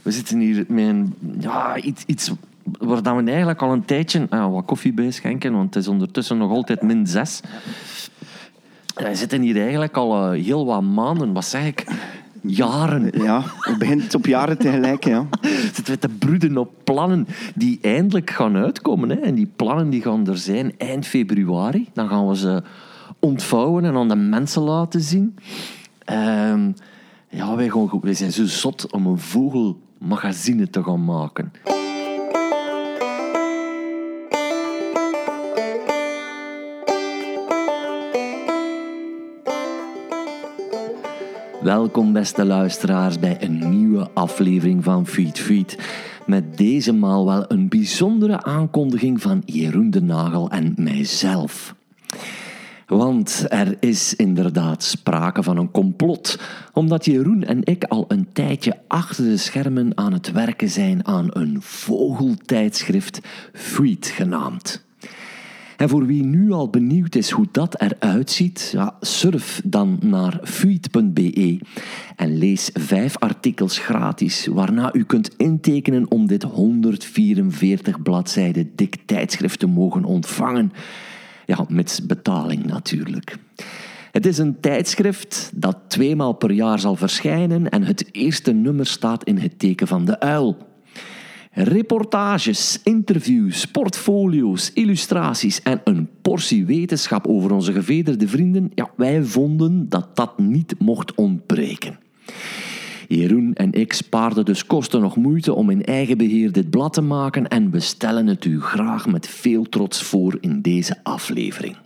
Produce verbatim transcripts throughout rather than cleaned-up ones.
We zitten hier met een, ja, iets, iets waar dat we eigenlijk al een tijdje uh, wat koffie bij schenken, want het is ondertussen nog altijd min zes. We zitten hier eigenlijk al uh, heel wat maanden, wat zeg ik, jaren. Ja, het begint op jaren te gelijken, ja. Zitten we te broeden op plannen die eindelijk gaan uitkomen. Hè? En die plannen die gaan er zijn eind februari. Dan gaan we ze ontvouwen en aan de mensen laten zien. Uh, ja, wij, gaan, wij zijn zo zot om een vogelmagazine te gaan maken. Welkom, beste luisteraars, bij een nieuwe aflevering van Feed Feed. Met deze maal wel een bijzondere aankondiging van Jeroen de Nagel en mijzelf. Want er is inderdaad sprake van een complot, omdat Jeroen en ik al een tijdje achter de schermen aan het werken zijn aan een vogeltijdschrift, Feed genaamd. En voor wie nu al benieuwd is hoe dat eruit ziet, ja, surf dan naar feed punt b e en lees vijf artikels gratis, waarna u kunt intekenen om dit honderdvierenveertig bladzijden dik tijdschrift te mogen ontvangen. Ja, met betaling natuurlijk. Het is een tijdschrift dat tweemaal per jaar zal verschijnen en het eerste nummer staat in het teken van de uil. Reportages, interviews, portfolio's, illustraties en een portie wetenschap over onze gevederde vrienden, ja, wij vonden dat dat niet mocht ontbreken. Jeroen en ik spaarden dus kosten nog moeite om in eigen beheer dit blad te maken en we stellen het u graag met veel trots voor in deze aflevering.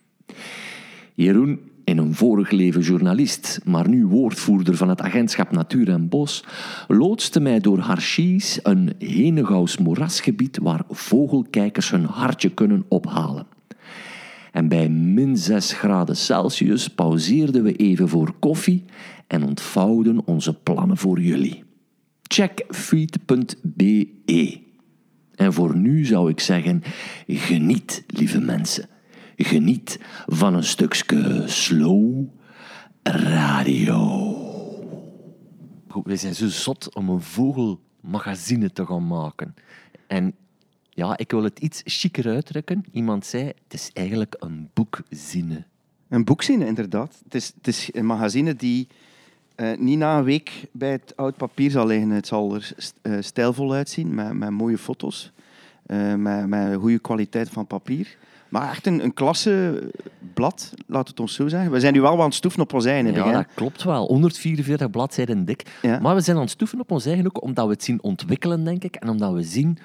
Jeroen, in een vorig leven journalist, maar nu woordvoerder van het agentschap Natuur en Bos, loodste mij door Harchies, een Henegouws moerasgebied waar vogelkijkers hun hartje kunnen ophalen. En bij min zes graden Celsius pauzeerden we even voor koffie en ontvouwden onze plannen voor jullie. Check feed punt b e. En voor nu zou ik zeggen, geniet, lieve mensen. Geniet van een stukje slow radio. We zijn zo zot om een vogelmagazine te gaan maken. En ja, ik wil het iets chiquer uitdrukken. Iemand zei, het is eigenlijk een boekzine. Een boekzine, inderdaad. Het is, het is een magazine die uh, niet na een week bij het oud papier zal liggen. Het zal er st- uh, stijlvol uitzien, met, met mooie foto's, uh, met, met goede kwaliteit van papier. Maar echt een, een klasse blad, laat het ons zo zeggen. We zijn nu wel aan het stoeven op ons eigen. Ja, begin. dat klopt wel. honderdvierenveertig bladzijden dik. Ja. Maar we zijn aan het stoeven op ons eigen ook, omdat we het zien ontwikkelen, denk ik. En omdat we zien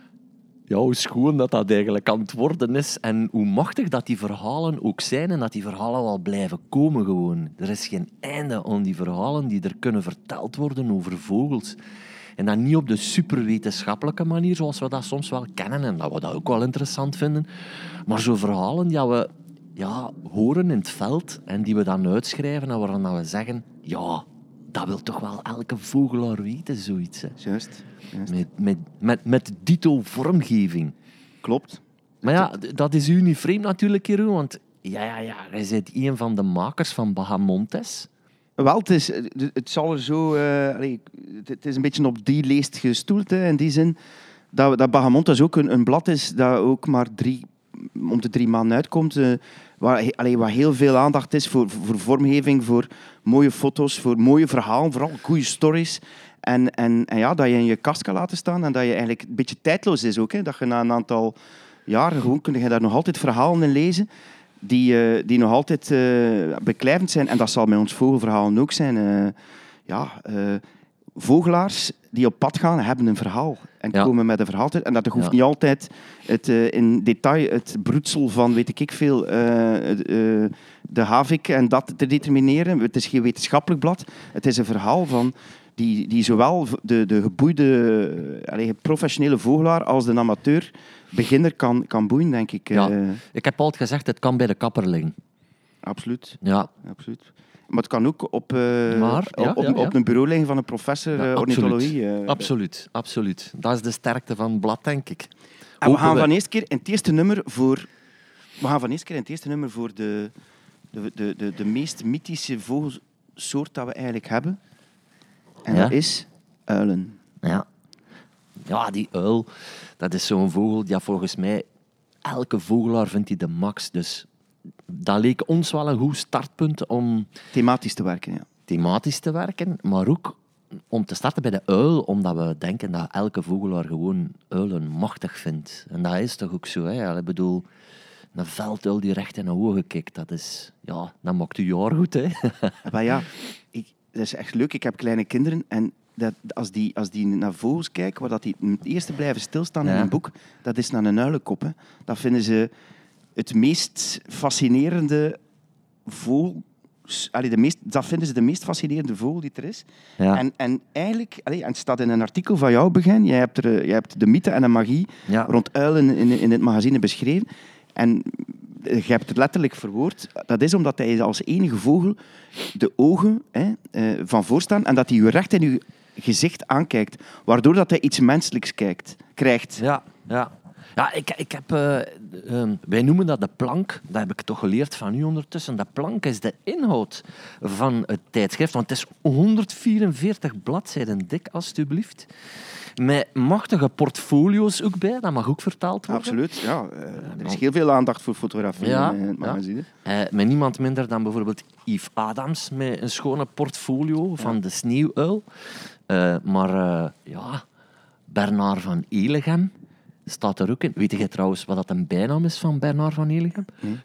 ja, hoe schoon dat, dat eigenlijk aan het worden is. En hoe machtig dat die verhalen ook zijn. En dat die verhalen wel blijven komen gewoon. Er is geen einde aan die verhalen die er kunnen verteld worden over vogels. En dat niet op de superwetenschappelijke manier, zoals we dat soms wel kennen. En dat we dat ook wel interessant vinden. Maar zo verhalen die we ja, horen in het veld en die we dan uitschrijven en waarvan we zeggen, ja, dat wil toch wel elke vogelaar weten, zoiets. Hè. Juist. juist. Met, met, met, met dito vormgeving. Klopt. Maar ja, dat is u niet vreemd natuurlijk, Jeroen, want ja, ja, ja, jij bent een van de makers van Bahamontes. Wel, het, is, het zal er zo... Uh, allee, het is een beetje op die leest gestoeld, hè, in die zin dat, dat Bahamontes ook een, een blad is dat ook maar drie, om de drie maanden uitkomt. Uh, waar, allee, waar heel veel aandacht is voor, voor vormgeving, voor mooie foto's, voor mooie verhalen, vooral goede stories. En, en, en ja, dat je in je kast kan laten staan en dat je eigenlijk een beetje tijdloos is ook. Hè, dat je na een aantal jaren gewoon kun je daar nog altijd verhalen in lezen. Die, uh, die nog altijd uh, beklijvend zijn. En dat zal met ons vogelverhalen ook zijn. Uh, ja, uh, vogelaars die op pad gaan, hebben een verhaal. En ja. komen met een verhaal uit. En dat hoeft ja. niet altijd het, uh, in detail het broedsel van, weet ik veel, uh, uh, de havik en dat te determineren. Het is geen wetenschappelijk blad. Het is een verhaal van die, die zowel de, de geboeide, allee, professionele vogelaar als de amateur beginner kan, kan boeien, denk ik. Ja. Uh, ik heb altijd gezegd, het kan bij de kapper liggen. Absoluut. Ja. absoluut. Maar het kan ook op, uh, maar, ja, op, ja, ja. op een bureau liggen van een professor ja, uh, ornithologie. Absoluut. Uh, absoluut, absoluut. Dat is de sterkte van het blad, denk ik. En we gaan we... van eerste keer in het eerste nummer voor... We gaan van eerste keer in het eerste nummer voor de, de, de, de, de meest mythische vogelsoort dat we eigenlijk hebben. En ja? dat is uilen. Ja. Ja, die uil, dat is zo'n vogel, ja, volgens mij, elke vogelaar vindt die de max. Dus dat leek ons wel een goed startpunt om Thematisch te werken, ja. thematisch te werken, maar ook om te starten bij de uil, omdat we denken dat elke vogelaar gewoon uilen machtig vindt. En dat is toch ook zo, hè? Ik bedoel, een velduil die recht in de ogen kijkt, dat is, ja, dat maakt je jaar goed, hè? Maar ja, ik, dat is echt leuk. Ik heb kleine kinderen en dat, als, die, als die naar vogels kijken, waar dat die het eerste blijven stilstaan Ja. in een boek, dat is naar een uilenkop. Hè. Dat vinden ze het meest fascinerende vogel. Allee, de meest, dat vinden ze de meest fascinerende vogel die er is. Ja. En, en eigenlijk, allee, en het staat in een artikel van jou, Begin. Jij hebt, er, jij hebt de mythe en de magie Ja. rond uilen in, in het magazine beschreven. En je hebt het letterlijk verwoord. Dat is omdat hij als enige vogel de ogen hè, eh, van voorstaan en dat hij je recht in je gezicht aankijkt, waardoor dat hij iets menselijks kijkt, krijgt. Ja, ja. Ja, ik, ik heb, uh, uh, wij noemen dat de plank. Dat heb ik toch geleerd van u ondertussen. De plank is de inhoud van het tijdschrift. Want het is honderdvierenveertig bladzijden dik, alstublieft. Met machtige portfolio's ook bij. Dat mag ook vertaald worden. Absoluut, ja. Uh, er is heel veel aandacht voor fotografie Ja, in het magazine. Ja. Uh, met niemand minder dan bijvoorbeeld Yves Adams met een schone portfolio van ja. de sneeuwuil. Uh, maar uh, ja, Bernard van Elegem staat er ook in. Weet je trouwens wat dat een bijnaam is van Bernard van Elegem? Nee.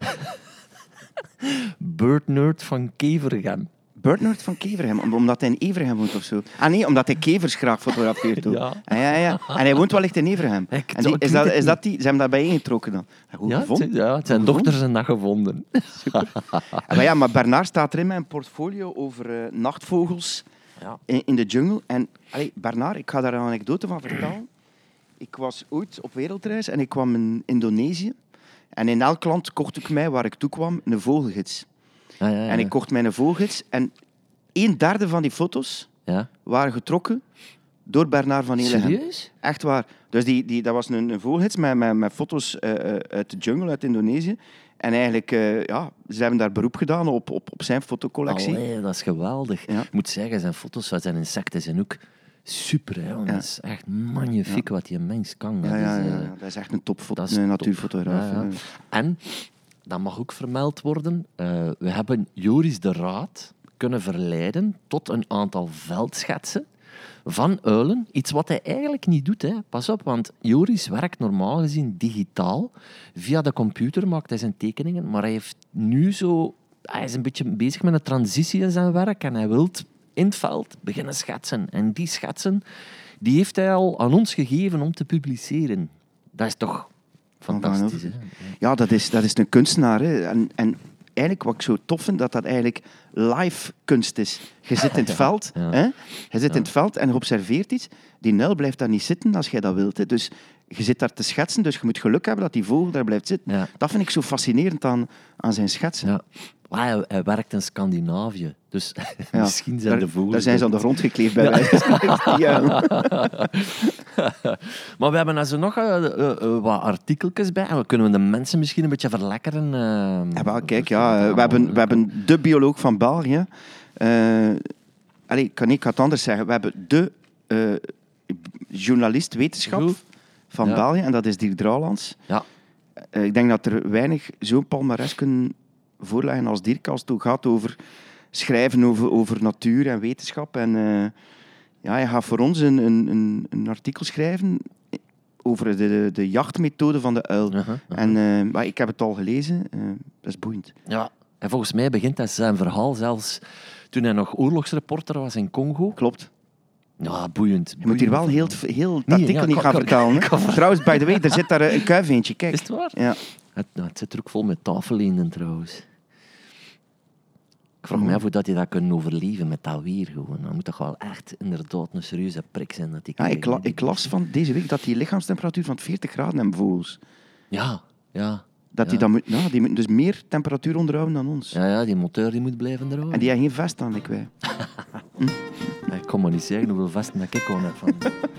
Birdnerd van Kevergem. Birdnerd van Kevergem, omdat hij in Evergem woont of zo. Ah nee, omdat hij kevers graag fotografeert. Ja. Ah, ja, ja. En hij woont wellicht in Evergem. Ik, en die, is, dat, is dat die? Ze hebben dat bijeengetrokken dan. Goed ja, gevonden. Het, ja, het zijn Goed dochters en dat gevonden. maar ja, maar Bernard staat er in mijn portfolio over uh, nachtvogels ja. in, in de jungle. En allee, Bernard, ik ga daar een anekdote van vertellen. Ik was ooit op wereldreis en ik kwam in Indonesië. En in elk land kocht ik mij, waar ik toe kwam, een vogelgids. Ja, ja, ja. En ik kocht mij een vogelgids. En een derde van die foto's ja. waren getrokken door Bernard van Elegem. Serieus? Echt waar. Dus die, die, dat was een, een vogelgids met, met, met foto's uh, uit de jungle, uit Indonesië. En eigenlijk, uh, ja, ze hebben daar beroep gedaan op, op, op zijn fotocollectie. Allee, dat is geweldig. Ja. Ik moet zeggen, zijn foto's van zijn insecten zijn ook super. Hè, ja. Dat is echt magnifiek ja. wat die mens kan. Ja, ja, ja, is, uh, ja. Dat is echt een topfoto, top. een natuurfotograaf. Ja, ja. En, dat mag ook vermeld worden, uh, we hebben Joris de Raad kunnen verleiden tot een aantal veldschetsen van uilen. Iets wat hij eigenlijk niet doet. Hè. Pas op, want Joris werkt normaal gezien digitaal. Via de computer maakt hij zijn tekeningen, maar hij heeft nu zo... Hij is een beetje bezig met een transitie in zijn werk en hij wil in het veld beginnen schetsen. En die schetsen die heeft hij al aan ons gegeven om te publiceren. Dat is toch fantastisch. Hè? Ja, dat is, dat is een kunstenaar. Hè. En, en eigenlijk wat ik zo tof vind, dat dat eigenlijk live kunst is. Je zit in het veld, ja. hè? Je zit ja. in het veld en je observeert iets. Die uil blijft daar niet zitten als jij dat wilt. Hè. Dus je zit daar te schetsen, dus je moet geluk hebben dat die vogel daar blijft zitten. Ja. Dat vind ik zo fascinerend aan, aan zijn schetsen. Ja. Hij, hij werkt in Scandinavië, dus ja. misschien zijn daar, de vogels... Daar zijn ze aan de grond gekleefd bij ja. wijze ja. Maar we hebben er nog uh, uh, uh, wat artikeltjes bij. En we kunnen de mensen misschien een beetje verlekkeren. Uh, ja, wel, kijk, ja, we, hebben, we hebben de bioloog van België. Uh, allez, ik kan niet het anders zeggen. We hebben de uh, journalist wetenschap Goed. van ja. België, en dat is Dirk Drouwlands. Ja. Uh, ik denk dat er weinig zo'n palmares kunnen voorleggen als Dirk, als het gaat over schrijven over, over natuur en wetenschap. En uh, ja, hij gaat voor ons een, een, een artikel schrijven over de, de, de jachtmethode van de uil. Uh-huh, uh-huh. En uh, maar ik heb het al gelezen, uh, dat is boeiend. Ja, en volgens mij begint hij zijn verhaal zelfs toen hij nog oorlogsreporter was in Congo. Klopt. Ja, boeiend. Je moet hier wel heel, heel het artikel nee, ja, niet kan, gaan kan, vertalen. Kan, kan, trouwens, by the way, er zit daar een kuifeentje. Kijk. Is het waar? Ja. Het, nou, het zit er ook vol met tafeleenden trouwens. Ik vraag me af hoe dat je dat kunnen overleven met dat weer gewoon. Dan moet toch wel echt inderdaad een serieuze prik zijn. Dat die ja, ik, la, ik las van deze week dat die lichaamstemperatuur van veertig graden hebben vogels. Ja, ja. Dat ja. Die, dan, nou, die moeten dus meer temperatuur onderhouden dan ons. Ja, ja, die motor die moet blijven draaien. En die hebben geen vest aan, like wij. hm? ja, ik kon maar niet zeggen hoeveel vesten dat ik kon heb van.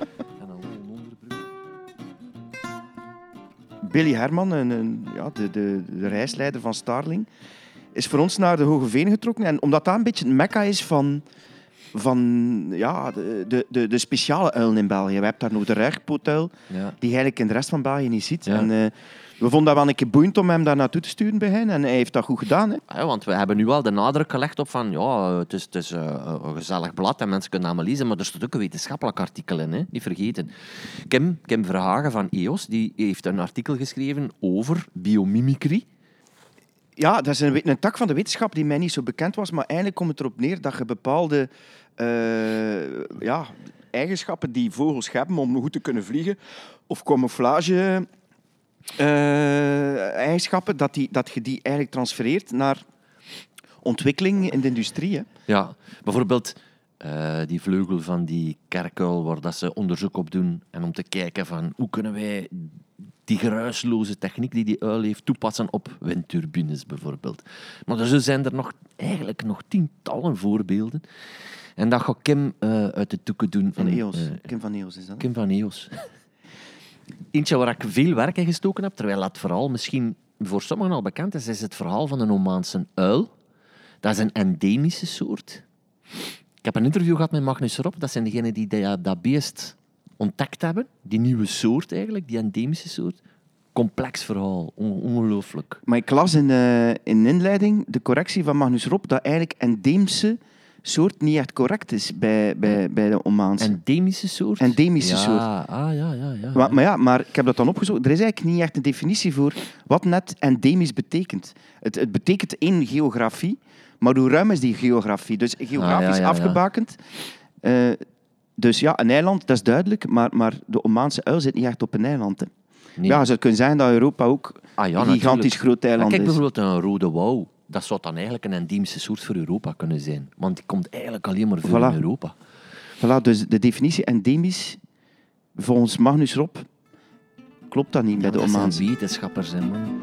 Billy Herman, een, een, ja, de, de, de reisleider van Starling, is voor ons naar de Hoge Venen getrokken. En omdat dat een beetje het mekka is van van ja, de, de, de, de speciale uilen in België. We hebben daar nog de rechtpootuil, Ja. die je eigenlijk in de rest van België niet ziet. Ja. En, uh, we vonden dat wel een keer boeiend om hem daar naartoe te sturen bij hen. En hij heeft dat goed gedaan. Hè. Ja, want we hebben nu wel de nadruk gelegd op van ja, het is, het is uh, een gezellig blad en mensen kunnen dat maar lezen, maar er staat ook een wetenschappelijk artikel in, hè? Niet vergeten. Kim, Kim Verhagen van E O S die heeft een artikel geschreven over biomimicry. Ja, dat is een, een tak van de wetenschap die mij niet zo bekend was, maar eigenlijk komt het erop neer dat je bepaalde uh, ja, eigenschappen die vogels hebben om goed te kunnen vliegen, of camouflage uh, eigenschappen, dat, die, dat je die eigenlijk transfereert naar ontwikkeling in de industrie. Hè. Ja, bijvoorbeeld uh, die vleugel van die kerkuil waar dat ze onderzoek op doen en om te kijken van hoe kunnen wij die geruisloze techniek die die uil heeft toepassen op windturbines bijvoorbeeld. Maar er zijn er nog, eigenlijk nog tientallen voorbeelden. En dat gaat Kim uh, uit de doeken doen. Van en, E O S. Uh, Kim van E O S is dat? Kim van E O S. Eentje waar ik veel werk in gestoken heb, terwijl dat verhaal misschien voor sommigen al bekend is, is het verhaal van een Omaanse uil. Dat is een endemische soort. Ik heb een interview gehad met Magnus Rop. Dat zijn degenen die dat, dat beest ontdekt hebben. Die nieuwe soort eigenlijk, die endemische soort. Complex verhaal, On- ongelooflijk. Maar ik las in, uh, in inleiding de correctie van Magnus Rop dat eigenlijk endemische soort niet echt correct is bij, bij, bij de Omaanse. Endemische soort? Endemische ja, soort. Ah, ja, ja, ja. Maar, maar ja, maar ik heb dat dan opgezocht. Er is eigenlijk niet echt een definitie voor wat net endemisch betekent. Het, het betekent in geografie, maar hoe ruim is die geografie? Dus geografisch ah, ja, ja, afgebakend. Uh, dus ja, een eiland, dat is duidelijk, maar, maar de Omaanse uil zit niet echt op een eiland. Hè. Nee. Ja, het zou kunnen zijn dat Europa ook ah, ja, een gigantisch natuurlijk. groot eiland ja, kijk, is. bijvoorbeeld een rode wouw. Dat zou dan eigenlijk een endemische soort voor Europa kunnen zijn. Want die komt eigenlijk alleen maar voor voilà. in Europa. Voilà, dus de definitie endemisch, volgens Magnus Rop, klopt dat niet ja, bij de dat Omaanse. zijn wetenschappers, hè, man.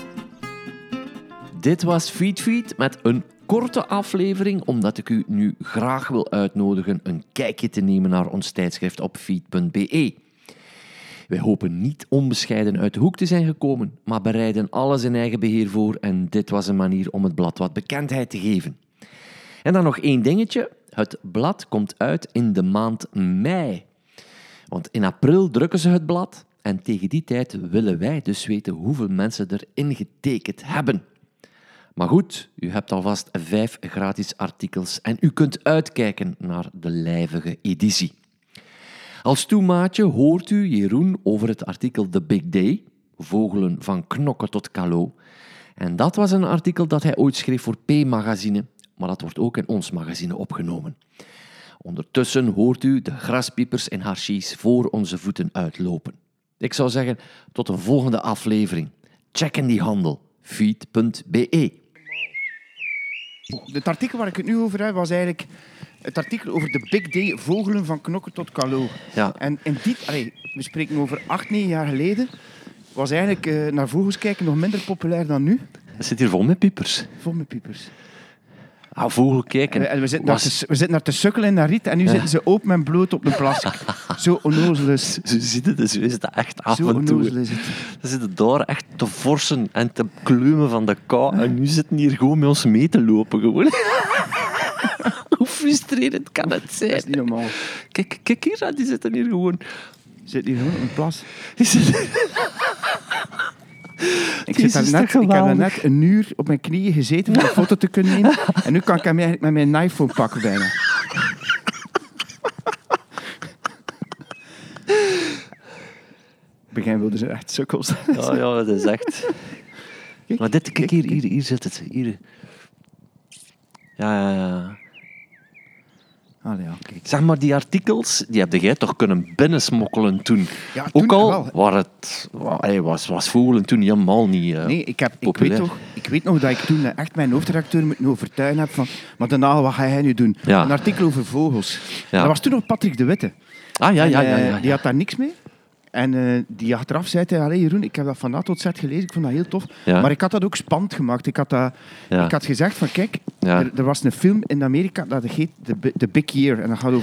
Dit was Feed Feed met een korte aflevering, omdat ik u nu graag wil uitnodigen een kijkje te nemen naar ons tijdschrift op feed punt b e. Wij hopen niet onbescheiden uit de hoek te zijn gekomen, maar bereiden alles in eigen beheer voor en dit was een manier om het blad wat bekendheid te geven. En dan nog één dingetje. Het blad komt uit in de maand mei. Want in april drukken ze het blad en tegen die tijd willen wij dus weten hoeveel mensen erin getekend hebben. Maar goed, u hebt alvast vijf gratis artikels en u kunt uitkijken naar de lijvige editie. Als toemaatje hoort u Jeroen over het artikel The Big Day, vogelen van knokken tot kalo. En dat was een artikel dat hij ooit schreef voor P-magazine, maar dat wordt ook in ons magazine opgenomen. Ondertussen hoort u de graspiepers en harshies voor onze voeten uitlopen. Ik zou zeggen, tot een volgende aflevering. Check in die handel. feed punt b e. Het artikel waar ik het nu over heb, was eigenlijk het artikel over de Big Day, vogelen van knokken tot kalo. Ja. En in die, allee, we spreken over acht, negen jaar geleden, was eigenlijk uh, naar vogels kijken nog minder populair dan nu. Het zit hier vol met piepers. Vol met piepers. Ah, vogel kijken. En we, we, zitten was... naar te, we zitten naar te sukkelen in naar riet en nu ja. zitten ze open en bloot op een plas. Zo onnozel is. Zo zitten dus, zo is het echt af Zo en toe. onnozel is het. Ze zitten daar echt te forsen en te kleumen van de kou. En nu zitten hier gewoon met ons mee te lopen. Gewoon. Hoe frustrerend kan het zijn? Dat is niet normaal. Kijk, kijk hier, die zitten hier gewoon. Zitten hier gewoon op een plas. Die zitten... Ik, zit daar net, ik heb daar net een uur op mijn knieën gezeten om een foto te kunnen nemen. En nu kan ik hem eigenlijk met mijn iPhone pakken bijna. In het begin wilden ze echt sukkels. Ja, ja, dat is echt... Kijk, maar dit, kijk, hier, hier, hier zit het. Hier. Ja, ja, ja. Ah, ja, kijk. Zeg maar, die artikels, die heb jij toch kunnen binnensmokkelen toen? Ja, toen ook al wel. Waar het, waar, was, was vogelen toen helemaal niet uh, Nee, ik, heb, ik, weet toch, ik weet nog dat ik toen echt mijn hoofdredacteur moeten overtuigen heb van maar daarna, wat ga jij nu doen? Ja. Een artikel over vogels. Ja. Dat was toen nog Patrick de Witte. Ah, ja, en, ja, ja, ja, ja. Die had daar niks mee. En uh, die achteraf zei hij, allee Jeroen, ik heb dat van A tot Z gelezen, ik vond dat heel tof. Ja. Maar ik had dat ook spannend gemaakt. Ik had, dat, Ja. ik had gezegd van, kijk, Ja. er, er was een film in Amerika, dat heet The, The Big Year. En dat gaat over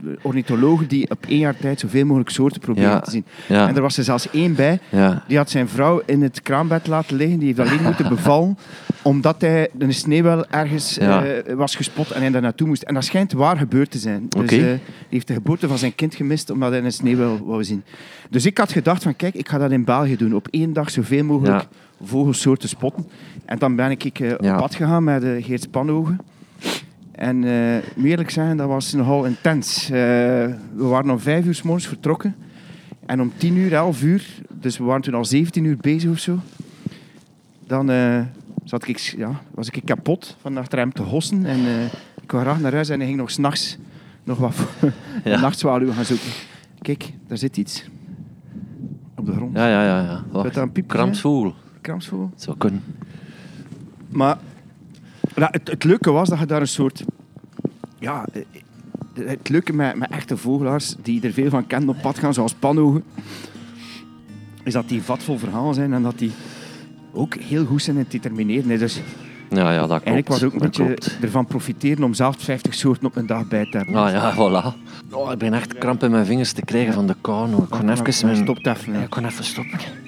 ornithologen die op één jaar tijd zoveel mogelijk soorten proberen Ja. te zien. Ja. En er was er zelfs één bij, Ja. die had zijn vrouw in het kraambed laten liggen. Die heeft alleen moeten bevallen, omdat hij een sneeuwwel ergens Ja. uh, was gespot en hij daar naartoe moest. En dat schijnt waar gebeurd te zijn. Dus Oké. uh, die heeft de geboorte van zijn kind gemist, omdat hij een sneeuwwel wou zien. Dus ik had gedacht van, kijk, ik ga dat in België doen. Op één dag zoveel mogelijk Ja. vogelsoorten spotten. En dan ben ik uh, Ja. op pad gegaan met uh, Geert Spanhogen. En uh, moet eerlijk zijn, dat was nogal intens. Uh, we waren om vijf uur 's morgens vertrokken. En om tien uur, elf uur, dus we waren toen al zeventien uur bezig of zo. Dan uh, zat ik, ja, was ik kapot van achter hem te hossen. En uh, ik kwam graag naar huis en hij ging nog s'nachts nog wat Ja. een nachtzwaluw gaan zoeken. Kijk, daar zit iets. Op de grond. Ja, ja, ja. ja. Zou dat een piepje zijn? Kramsvogel. Kramsvogel. Het zou kunnen. Maar ja, het, het leuke was dat je daar een soort... Ja, eh, het leuke met, met echte vogelaars, die er veel van kennen op pad gaan, zoals Spanhogen, is dat die vatvol verhalen zijn en dat die ook heel goed zijn in het determineren. hè. Dus Ja, ja, dat klopt. eigenlijk was ook een Dat beetje klopt. ervan profiteren om zelf vijftig soorten op een dag bij te hebben. Ah ja, voilà. Oh, ik ben echt kramp in mijn vingers te krijgen van de kou. Ik kon maar- even... maar mijn- stopt even, hè. Ja, ik kon even stoppen.